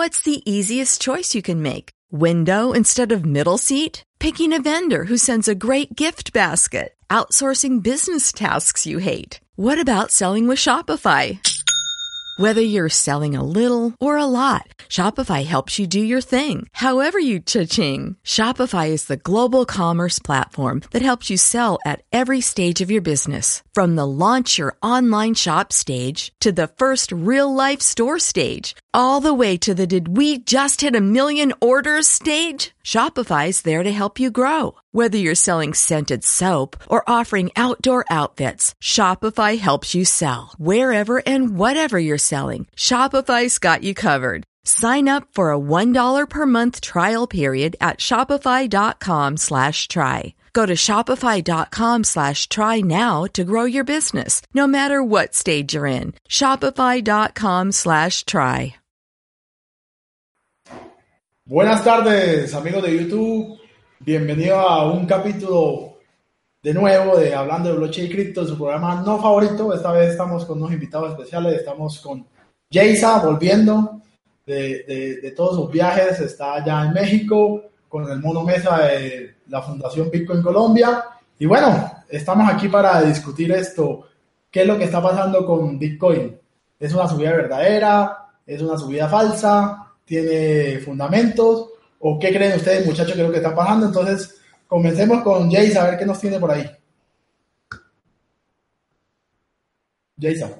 What's the easiest choice you can make? Window instead of middle seat? Picking a vendor who sends a great gift basket? Outsourcing business tasks you hate? What about selling with Shopify? Whether you're selling a little or a lot, Shopify helps you do your thing, however you cha-ching. Shopify is the global commerce platform that helps you sell at every stage of your business. From the launch your online shop stage to the first real-life store stage, all the way to the did we just hit a million orders stage. Shopify's there to help you grow. Whether you're selling scented soap or offering outdoor outfits, Shopify helps you sell. Wherever and whatever you're selling, Shopify's got you covered. Sign up for a $1 per month trial period at shopify.com/try. Go to shopify.com/try now to grow your business, no matter what stage you're in. Shopify.com/try. Buenas tardes, amigos de YouTube. Bienvenido a un capítulo de nuevo de Hablando de Blockchain y Cripto, su programa no favorito. Esta vez estamos con unos invitados especiales. Estamos con Jaysa, volviendo de todos sus viajes. Está allá en México con el Mono Mesa de la Fundación Bitcoin Colombia. Y bueno, estamos aquí para discutir esto. ¿Qué es lo que está pasando con Bitcoin? ¿Es una subida verdadera? ¿Es una subida falsa? ¿Tiene fundamentos? ¿O qué creen ustedes, muchachos, que es lo que está pasando? Entonces, comencemos con Jaysa, a ver qué nos tiene por ahí. Jaysa.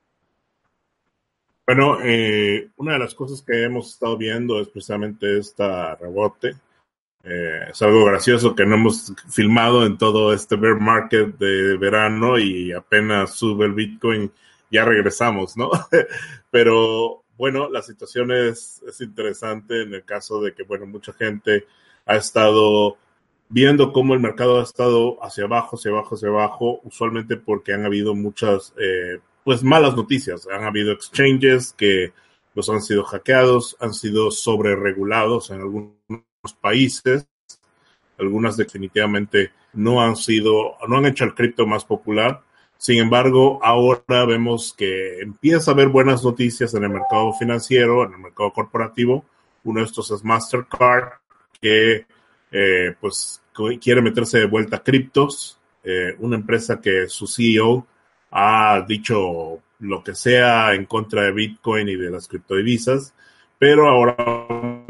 Bueno, una de las cosas que hemos estado viendo es precisamente esta rebote. Es algo gracioso que no hemos filmado en todo este bear market de verano y apenas sube el Bitcoin, ya regresamos, ¿no? Pero bueno, la situación es interesante en el caso de que, bueno, mucha gente ha estado viendo cómo el mercado ha estado hacia abajo, usualmente porque han habido muchas, pues, malas noticias. Han habido exchanges que pues han sido hackeados, han sido sobreregulados en algunos países. Algunas definitivamente no han hecho el cripto más popular. Sin embargo, ahora vemos que empieza a haber buenas noticias en el mercado financiero, en el mercado corporativo. Uno de estos es Mastercard, que pues quiere meterse de vuelta a criptos. Una empresa que su CEO ha dicho lo que sea en contra de Bitcoin y de las criptodivisas, pero ahora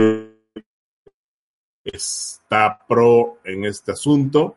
está pro en este asunto.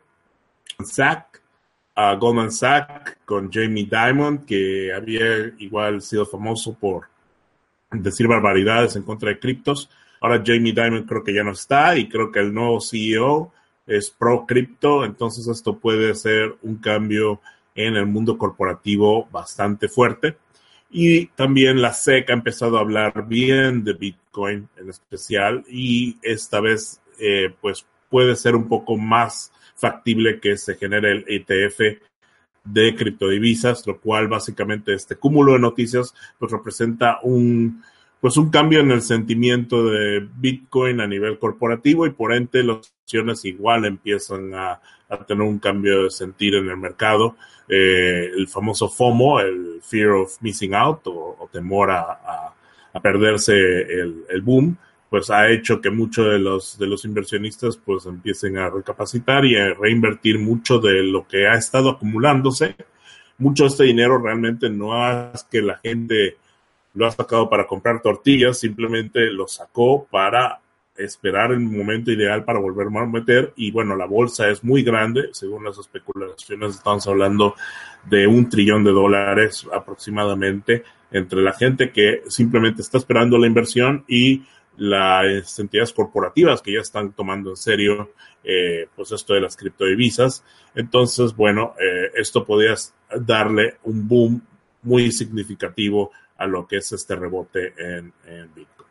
Goldman Sachs con Jamie Dimon, que había igual sido famoso por decir barbaridades en contra de criptos. Ahora Jamie Dimon creo que ya no está y creo que el nuevo CEO es pro cripto, entonces esto puede ser un cambio en el mundo corporativo bastante fuerte. Y también la SEC ha empezado a hablar bien de Bitcoin en especial y esta vez pues puede ser un poco más factible que se genere el ETF de criptodivisas, lo cual básicamente este cúmulo de noticias pues representa un cambio en el sentimiento de Bitcoin a nivel corporativo y por ende las acciones igual empiezan a tener un cambio de sentir en el mercado. El famoso FOMO, el Fear of Missing Out o temor a perderse el boom, pues ha hecho que muchos de los inversionistas pues empiecen a recapacitar y a reinvertir mucho de lo que ha estado acumulándose. Mucho de este dinero realmente no es que la gente lo ha sacado para comprar tortillas, simplemente lo sacó para esperar el momento ideal para volver a meter. Y bueno, la bolsa es muy grande, según las especulaciones estamos hablando de $1 trillón aproximadamente entre la gente que simplemente está esperando la inversión y las entidades corporativas que ya están tomando en serio pues esto de las criptodivisas. Entonces, bueno, esto podría darle un boom muy significativo a lo que es este rebote en Bitcoin.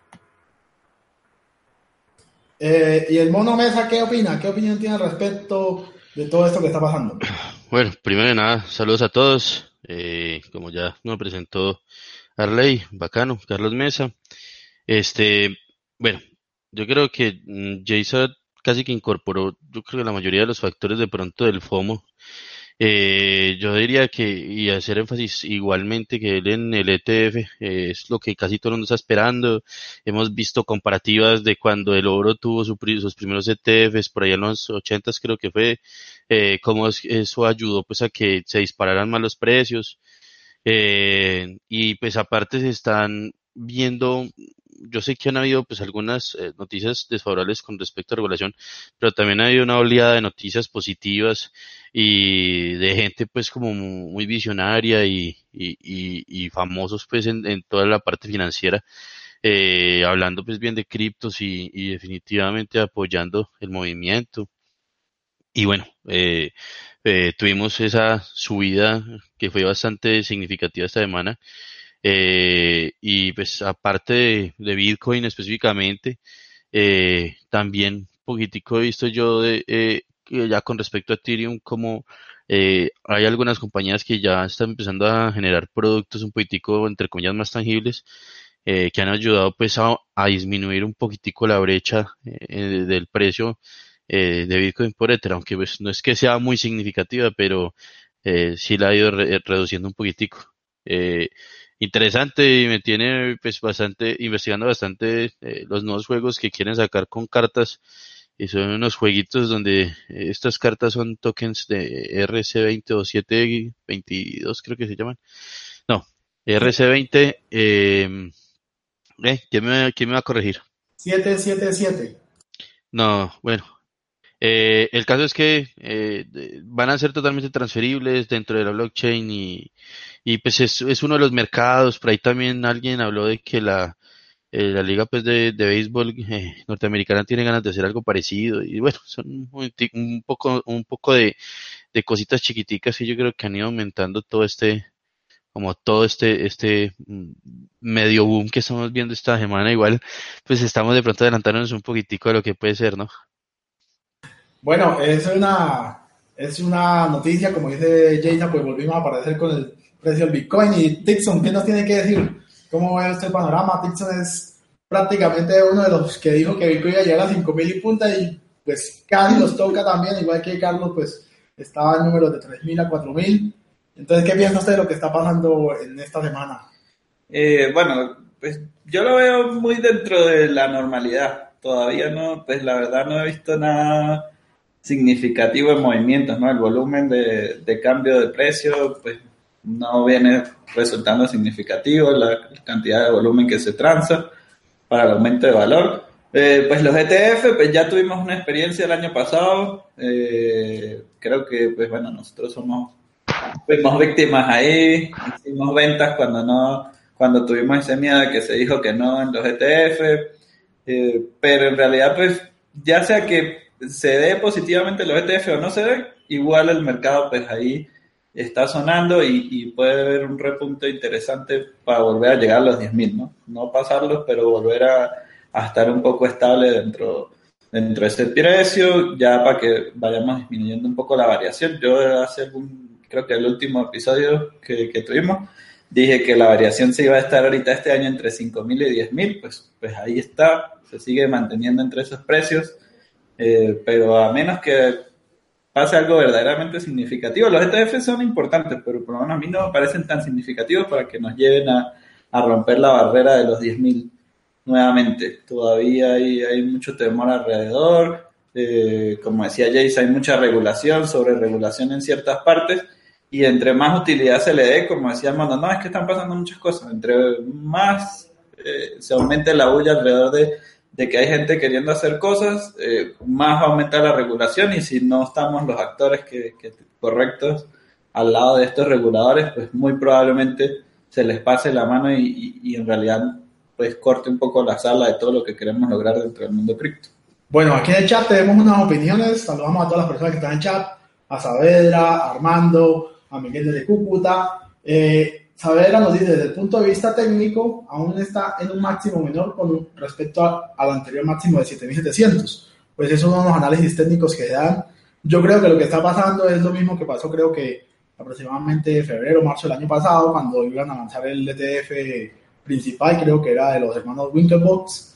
¿Y el Mono Mesa qué opina? ¿Qué opinión tiene al respecto de todo esto que está pasando? Bueno, primero de nada, saludos a todos. Como ya nos presentó Arley, bacano, Carlos Mesa. Bueno, yo creo que Jaysa casi que incorporó, yo creo que la mayoría de los factores de pronto del FOMO Yo diría que, y hacer énfasis igualmente que él en el ETF es lo que casi todo el mundo está esperando. Hemos visto comparativas de cuando el oro tuvo sus primeros ETFs, por allá en los 80 creo que fue, cómo eso ayudó pues a que se dispararan más los precios. Y pues aparte se están viendo, yo sé que han habido pues algunas noticias desfavorables con respecto a regulación, pero también ha habido una oleada de noticias positivas y de gente pues como muy visionaria y famosos pues en toda la parte financiera, hablando pues bien de criptos y definitivamente apoyando el movimiento. Y bueno, tuvimos esa subida que fue bastante significativa esta semana. Y pues aparte de Bitcoin específicamente, también un poquitico he visto yo que ya con respecto a Ethereum, como hay algunas compañías que ya están empezando a generar productos un poquitico, entre comillas, más tangibles, que han ayudado pues a disminuir un poquitico la brecha del precio de Bitcoin por Ether, aunque pues no es que sea muy significativa, pero sí la ha ido reduciendo un poquitico. Eh, Interesante y me tiene pues bastante, investigando bastante los nuevos juegos que quieren sacar con cartas, y son unos jueguitos donde estas cartas son tokens de RC20 o 722 creo que se llaman. No, RC20, ¿quién me va a corregir? 777. No, bueno. El caso es que van a ser totalmente transferibles dentro de la blockchain y pues es uno de los mercados. Por ahí también alguien habló de que la liga pues de béisbol norteamericana tiene ganas de hacer algo parecido y bueno, son un poco de cositas chiquiticas que yo creo que han ido aumentando todo este medio boom que estamos viendo esta semana. Igual pues estamos de pronto adelantándonos un poquitico de lo que puede ser, ¿no? Bueno, es una noticia, como dice Jason, pues volvimos a aparecer con el precio del Bitcoin. Y Tixon, ¿qué nos tiene que decir? ¿Cómo ve este panorama? Tixon es prácticamente uno de los que dijo que Bitcoin iba a llegar a 5.000 y punta y pues casi los toca también, igual que Carlos, pues estaba en números de 3.000 a 4.000. Entonces, ¿qué piensa usted de lo que está pasando en esta semana? Bueno, pues yo lo veo muy dentro de la normalidad. Todavía no, pues la verdad no he visto nada significativo en movimientos, ¿no? El volumen de cambio de precio, pues no viene resultando significativo, la cantidad de volumen que se transa para el aumento de valor. Pues los ETF, pues ya tuvimos una experiencia el año pasado. Creo que, pues bueno, nosotros fuimos víctimas ahí, hicimos ventas cuando tuvimos ese miedo de que se dijo que no en los ETF, pero en realidad, pues ya sea que se dé positivamente los ETF o no se dé, igual el mercado pues ahí está sonando y puede haber un repunte interesante para volver a llegar a los 10.000, ¿no? No pasarlos, pero volver a estar un poco estable dentro de ese precio, ya para que vayamos disminuyendo un poco la variación. Yo creo que el último episodio que tuvimos, dije que la variación se iba a estar ahorita este año entre 5.000 y 10.000, pues ahí está, se sigue manteniendo entre esos precios. Pero a menos que pase algo verdaderamente significativo, los ETF son importantes, pero por lo menos a mí no me parecen tan significativos para que nos lleven a romper la barrera de los 10.000 nuevamente. Todavía hay mucho temor alrededor, como decía Jace, hay mucha regulación, sobre regulación en ciertas partes, y entre más utilidad se le dé, como decía Armando, no, es que están pasando muchas cosas, entre más se aumente la bulla alrededor de que hay gente queriendo hacer cosas, más va a aumentar la regulación, y si no estamos los actores correctos al lado de estos reguladores, pues muy probablemente se les pase la mano y en realidad pues corte un poco la sala de todo lo que queremos lograr dentro del mundo cripto. Bueno, aquí en el chat tenemos unas opiniones, saludamos a todas las personas que están en chat, a Saavedra, a Armando, a Miguel de Cúcuta. Saavedra nos dice, desde el punto de vista técnico, aún está en un máximo menor con respecto al anterior máximo de 7.700. Pues esos son los análisis técnicos que dan. Yo creo que lo que está pasando es lo mismo que pasó, creo que aproximadamente febrero, marzo del año pasado, cuando iban a lanzar el ETF principal, creo que era de los hermanos Winklevoss.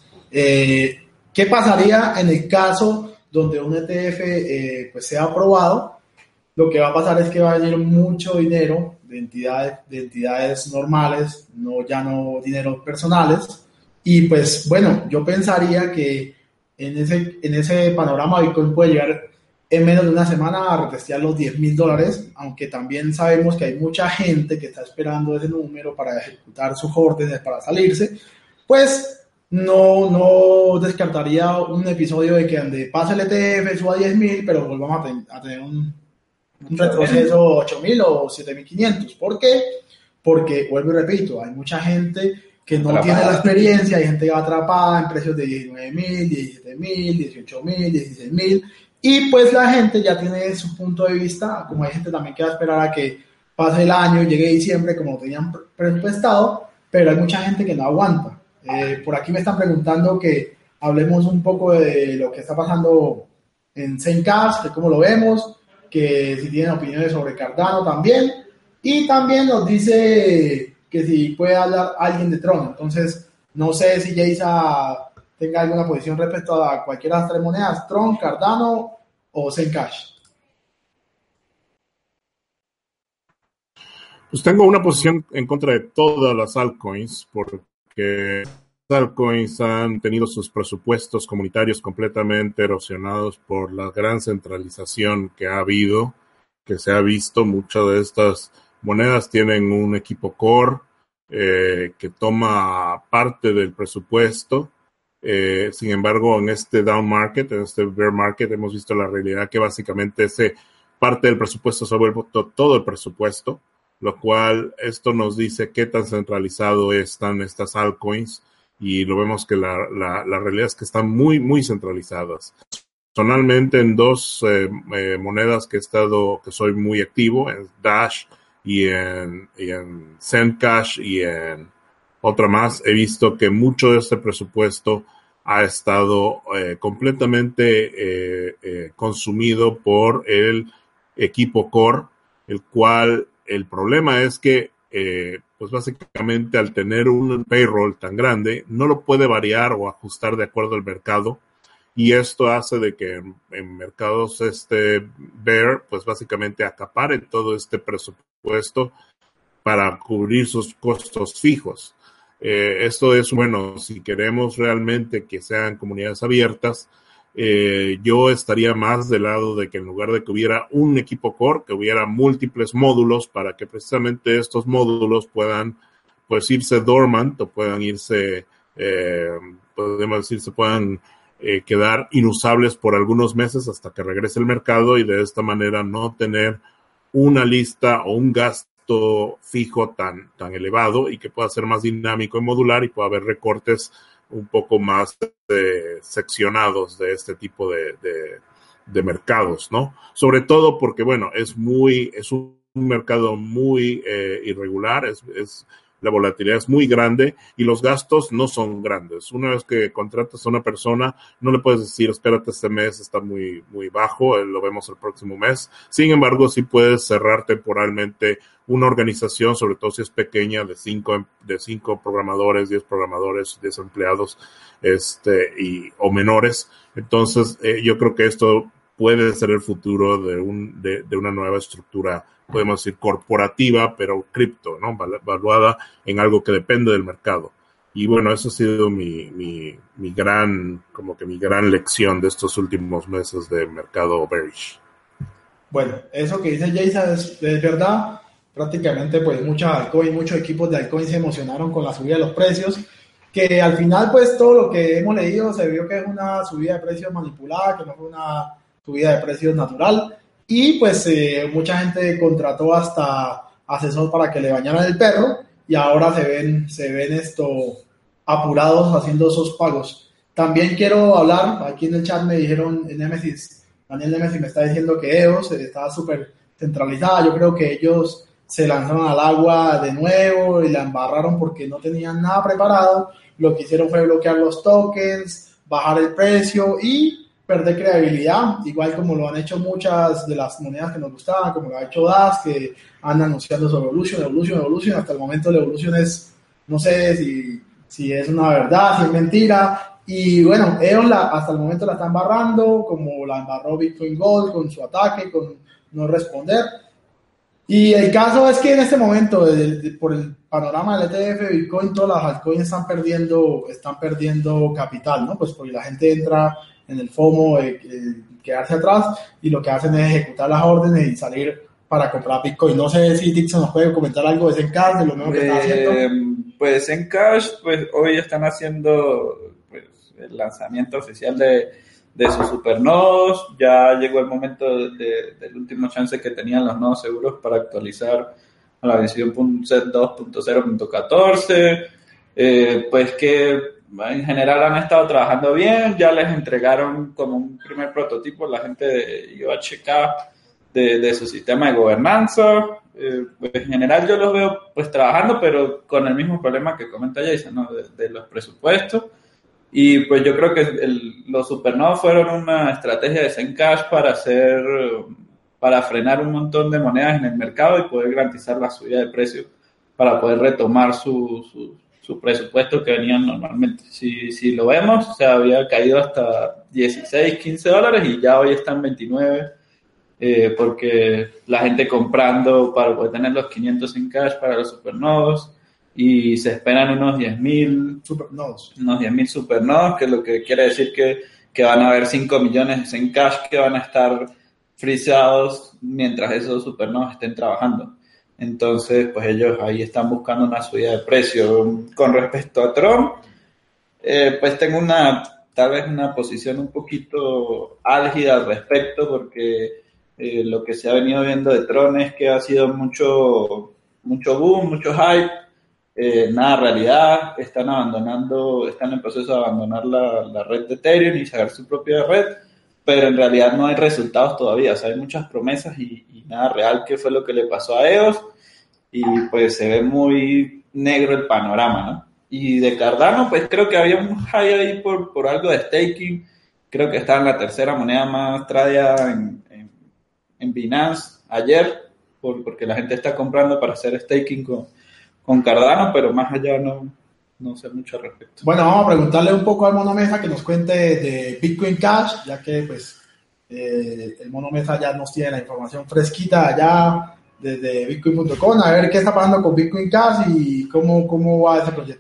¿Qué pasaría en el caso donde un ETF pues sea aprobado lo que va a pasar es que va a venir mucho dinero de entidades normales, ya no dinero personales. Y pues bueno, yo pensaría que en ese panorama Bitcoin puede llegar en menos de una semana a retestear los $10,000, aunque también sabemos que hay mucha gente que está esperando ese número para ejecutar sus órdenes, para salirse. Pues no descartaría un episodio de que donde pase el ETF, suba 10,000, pero volvamos a tener un retroceso 8,000 o 7,500. ¿Por qué? Porque, vuelvo y repito, hay mucha gente que no tiene la experiencia, hay gente que va atrapada en precios de 19,000, 17,000, 18,000, 16,000, y pues la gente ya tiene su punto de vista, como hay gente también que va a esperar a que pase el año, llegue diciembre, como lo tenían presupuestado, pero hay mucha gente que no aguanta. Por aquí me están preguntando que hablemos un poco de lo que está pasando en Zencash, de cómo lo vemos, que si tienen opiniones sobre Cardano también, y también nos dice que si puede hablar alguien de Tron. Entonces, no sé si Yeisa tenga alguna posición respecto a cualquiera de las tres monedas, Tron, Cardano o Zencash. Pues tengo una posición en contra de todas las altcoins, porque las altcoins han tenido sus presupuestos comunitarios completamente erosionados por la gran centralización que ha habido, que se ha visto. Muchas de estas monedas tienen un equipo core que toma parte del presupuesto. Sin embargo, en este down market, en este bear market, hemos visto la realidad que básicamente ese parte del presupuesto se ha vuelto todo el presupuesto, lo cual esto nos dice qué tan centralizado están estas altcoins, y lo vemos que la realidad es que están muy, muy centralizadas. Personalmente, en dos monedas que soy muy activo, en Dash y en Zencash y en otra más, he visto que mucho de este presupuesto ha estado completamente consumido por el equipo core, el cual el problema es que pues básicamente al tener un payroll tan grande no lo puede variar o ajustar de acuerdo al mercado, y esto hace de que en mercados bear pues básicamente acapare todo este presupuesto para cubrir sus costos fijos. Esto es bueno si queremos realmente que sean comunidades abiertas. Yo estaría más del lado de que en lugar de que hubiera un equipo core, que hubiera múltiples módulos para que precisamente estos módulos puedan pues irse dormant o puedan irse, podemos decir, se puedan quedar inusables por algunos meses hasta que regrese el mercado, y de esta manera no tener una lista o un gasto fijo tan elevado, y que pueda ser más dinámico y modular y pueda haber recortes un poco más seccionados de este tipo de mercados, ¿no? Sobre todo porque, bueno, es un mercado muy irregular, la volatilidad es muy grande y los gastos no son grandes. Una vez que contratas a una persona, no le puedes decir, espérate, este mes está muy, muy bajo, lo vemos el próximo mes. Sin embargo, sí puedes cerrar temporalmente una organización, sobre todo si es pequeña, de 5 programadores, 10 programadores, 10 empleados, o menores. Entonces, yo creo que esto puede ser el futuro de una nueva estructura, podemos decir corporativa, pero cripto, ¿no? Valuada en algo que depende del mercado. Y bueno, eso ha sido mi gran lección de estos últimos meses de mercado bearish. Bueno, eso que dice Jason es verdad. Prácticamente pues muchos equipos de altcoins se emocionaron con la subida de los precios, que al final pues todo lo que hemos leído se vio que es una subida de precios manipulada, que no fue una subida de precios natural, y pues mucha gente contrató hasta asesor para que le bañaran el perro, y ahora se ven apurados haciendo esos pagos. También quiero hablar, aquí en el chat me dijeron, Daniel Nemesis me está diciendo que EOS está súper centralizada. Yo creo que ellos se lanzaron al agua de nuevo y la embarraron porque no tenían nada preparado. Lo que hicieron fue bloquear los tokens, bajar el precio y perder credibilidad, igual como lo han hecho muchas de las monedas que nos gustaban, como lo ha hecho DAS, que han anunciado sobre Evolution. Hasta el momento la Evolution es, no sé si es una verdad, si es mentira. Y bueno, ellos hasta el momento la están embarrando, como la embarró Bitcoin Gold con su ataque, con no responder. Y el caso es que en este momento, por el panorama del ETF, Bitcoin, todas las altcoins están perdiendo capital, ¿no? Pues porque la gente entra en el FOMO de quedarse atrás y lo que hacen es ejecutar las órdenes y salir para comprar Bitcoin. No sé si Dixon nos puede comentar algo de Zencash, de lo nuevo que está haciendo. Pues Zencash, pues hoy están haciendo pues, el lanzamiento oficial de sus supernodos. Ya llegó el momento del último chance que tenían los nodos seguros para actualizar a la versión 2.0.14. Pues que en general han estado trabajando bien. Ya les entregaron como un primer prototipo la gente de IOHK de su sistema de gobernanza. Pues en general yo los veo pues trabajando, pero con el mismo problema que comenta Jason, ¿no? De los presupuestos. Y pues yo creo que los supernodos fueron una estrategia de Zencash para frenar un montón de monedas en el mercado y poder garantizar la subida de precios para poder retomar su presupuesto que venían normalmente. Si lo vemos, se había caído hasta 16, 15 dólares y ya hoy están 29, porque la gente comprando para poder tener los 500 en cash para los supernodos, y se esperan unos 10.000 supernodos, que es lo que quiere decir que van a haber 5 millones en cash que van a estar frisados mientras esos supernodos estén trabajando. Entonces, pues ellos ahí están buscando una subida de precio. Con respecto a Tron, pues tengo tal vez una posición un poquito álgida al respecto, porque lo que se ha venido viendo de Tron es que ha sido mucho boom, mucho hype, nada realidad. Están en el proceso de abandonar la red de Ethereum y sacar su propia red, pero en realidad no hay resultados todavía. O sea, hay muchas promesas y nada real, que fue lo que le pasó a EOS, y pues se ve muy negro el panorama, ¿no? Y de Cardano, pues creo que había un high ahí por algo de staking. Creo que está en la tercera moneda más tradeada en Binance ayer, porque la gente está comprando para hacer staking con Cardano, pero más allá no sé mucho al respecto. Bueno, vamos a preguntarle un poco al Mono Mesa que nos cuente de Bitcoin Cash, ya que pues el Mono Mesa ya nos tiene la información fresquita allá desde bitcoin.com, a ver qué está pasando con Bitcoin Cash y cómo va ese proyecto.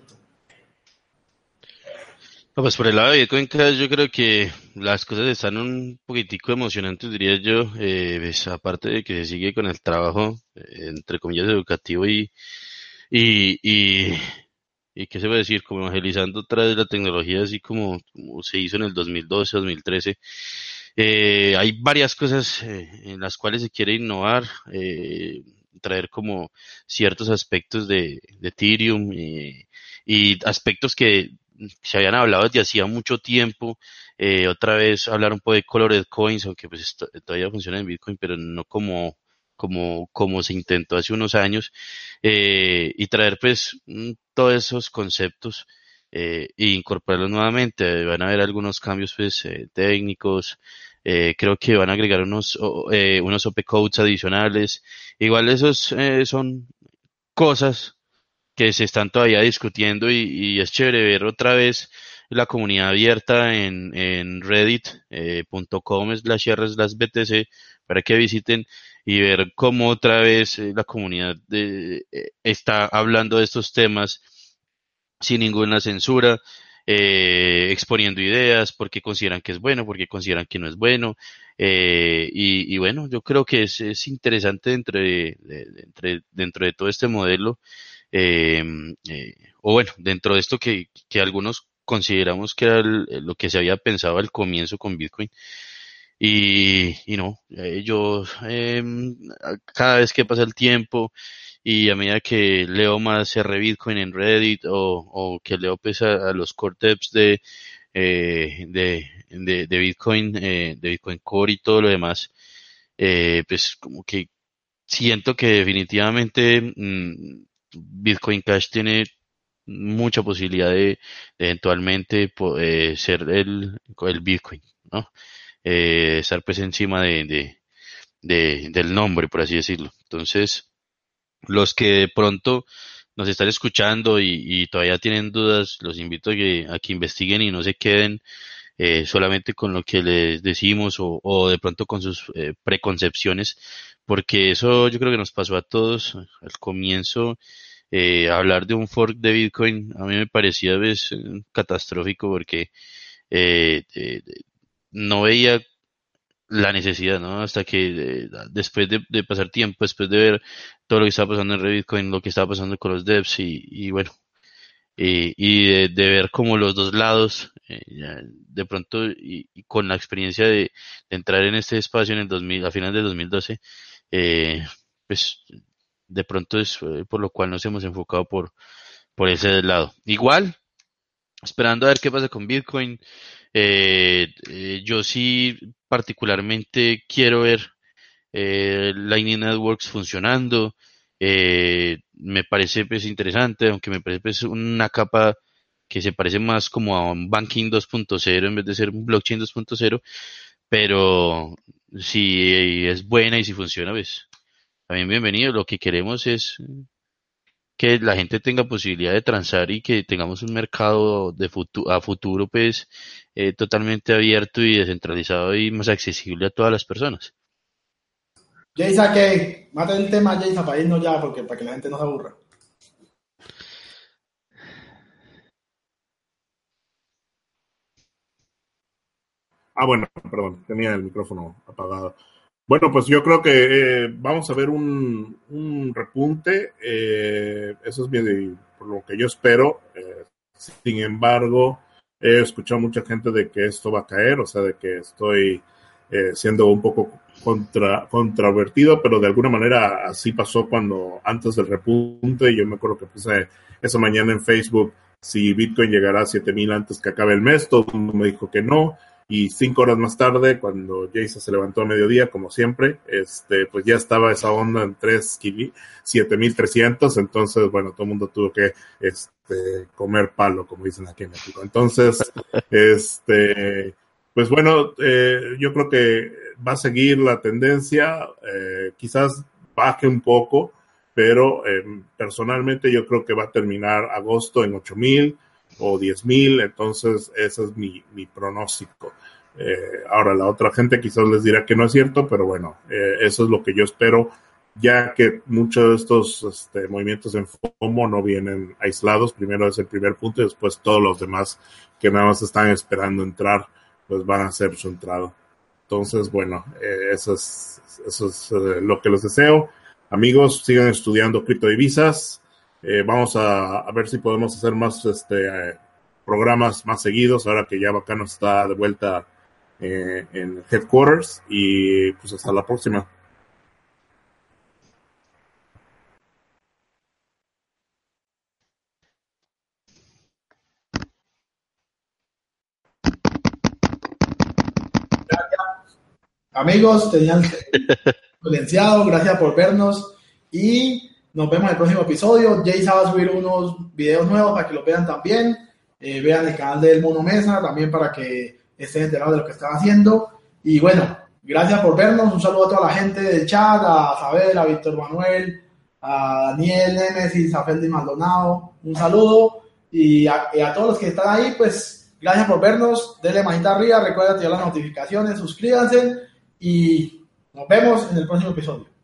No, pues por el lado de Bitcoin Cash yo creo que las cosas están un poquitico emocionantes, diría yo, pues, aparte de que se sigue con el trabajo, entre comillas, educativo y, y, y qué se puede decir, como evangelizando otra vez la tecnología, así como se hizo en el 2012, 2013. Hay varias cosas en las cuales se quiere innovar, traer como ciertos aspectos de Ethereum, y aspectos que se habían hablado desde hacía mucho tiempo. Otra vez hablar un poco de Colored Coins, aunque pues todavía funciona en Bitcoin, pero no como se intentó hace unos años, y traer pues todos esos conceptos, e incorporarlos nuevamente. Van a haber algunos cambios pues técnicos. Creo que van a agregar unos OP codes adicionales. Igual esos son cosas que se están todavía discutiendo, y es chévere ver otra vez la comunidad abierta en reddit.com/r/BTC para que visiten y ver cómo otra vez la comunidad está hablando de estos temas sin ninguna censura, exponiendo ideas, porque consideran que es bueno, porque consideran que no es bueno, y bueno, yo creo que es interesante dentro de todo este modelo, eh, o bueno, dentro de esto que algunos consideramos que era lo que se había pensado al comienzo con Bitcoin. Y no, yo cada vez que pasa el tiempo y a medida que leo más R Bitcoin en Reddit, o que leo pues a los core devs de Bitcoin, de Bitcoin Core y todo lo demás, pues como que siento que definitivamente Bitcoin Cash tiene mucha posibilidad de eventualmente ser el Bitcoin, ¿no? Estar pues encima del nombre, por así decirlo. Entonces, los que de pronto nos están escuchando y todavía tienen dudas, los invito a que investiguen y no se queden solamente con lo que les decimos o de pronto con sus preconcepciones, porque eso yo creo que nos pasó a todos al comienzo. Hablar de un fork de Bitcoin a mí me parecía catastrófico porque no veía la necesidad, ¿no? Hasta que después de pasar tiempo, después de ver todo lo que estaba pasando en Bitcoin, lo que estaba pasando con los devs y bueno, y de ver como los dos lados, de pronto y con la experiencia de entrar en este espacio en el 2000, a finales del 2012, pues de pronto es por lo cual nos hemos enfocado por ese lado. Igual, esperando a ver qué pasa con Bitcoin. Yo sí particularmente quiero ver Lightning Networks funcionando. Me parece pues interesante, aunque me parece pues una capa que se parece más como a un banking 2.0 en vez de ser un blockchain 2.0, pero si es buena y si funciona, pues también bienvenido. Lo que queremos es que la gente tenga posibilidad de transar y que tengamos un mercado a futuro pues totalmente abierto y descentralizado y más accesible a todas las personas. Jaysa, ¿qué? Mata el tema, Jaysa, para irnos ya, porque para que la gente no se aburra. Bueno, perdón, tenía el micrófono apagado. Bueno, pues yo creo que vamos a ver un repunte, eso es bien por lo que yo espero. Sin embargo, he escuchado mucha gente de que esto va a caer, o sea, de que estoy siendo un poco controvertido, pero de alguna manera así pasó antes del repunte. Yo me acuerdo que puse esa mañana en Facebook si Bitcoin llegará a 7,000 antes que acabe el mes, todo el mundo me dijo que no. Y 5 horas más tarde, cuando Jason se levantó a mediodía, como siempre, pues ya estaba esa onda en 7,300. Entonces, bueno, todo el mundo tuvo que comer palo, como dicen aquí en México. Entonces, pues bueno, yo creo que va a seguir la tendencia, quizás baje un poco, pero personalmente yo creo que va a terminar agosto en 8,000 o 10,000, entonces ese es mi pronóstico. Ahora la otra gente quizás les dirá que no es cierto, pero bueno, eso es lo que yo espero, ya que muchos de estos movimientos en FOMO no vienen aislados. Primero es el primer punto y después todos los demás que nada más están esperando entrar, pues van a hacer su entrada. Entonces, bueno, eso es lo que les deseo. Amigos, sigan estudiando criptodivisas. Vamos a ver si podemos hacer más programas más seguidos ahora que ya Bacano está de vuelta en Headquarters, y pues hasta la próxima. Amigos, tenían silenciado, gracias por vernos y nos vemos en el próximo episodio. Jaysa va a subir unos videos nuevos para que lo vean también. Vean el canal del Mono Mesa también para que estén enterados de lo que están haciendo. Y bueno, gracias por vernos. Un saludo a toda la gente del chat, a Isabel, a Víctor Manuel, a Daniel Nemesis, a Félix Maldonado. Un saludo y a todos los que están ahí, pues gracias por vernos. Denle manita arriba, recuerden activar las notificaciones, suscríbanse y nos vemos en el próximo episodio.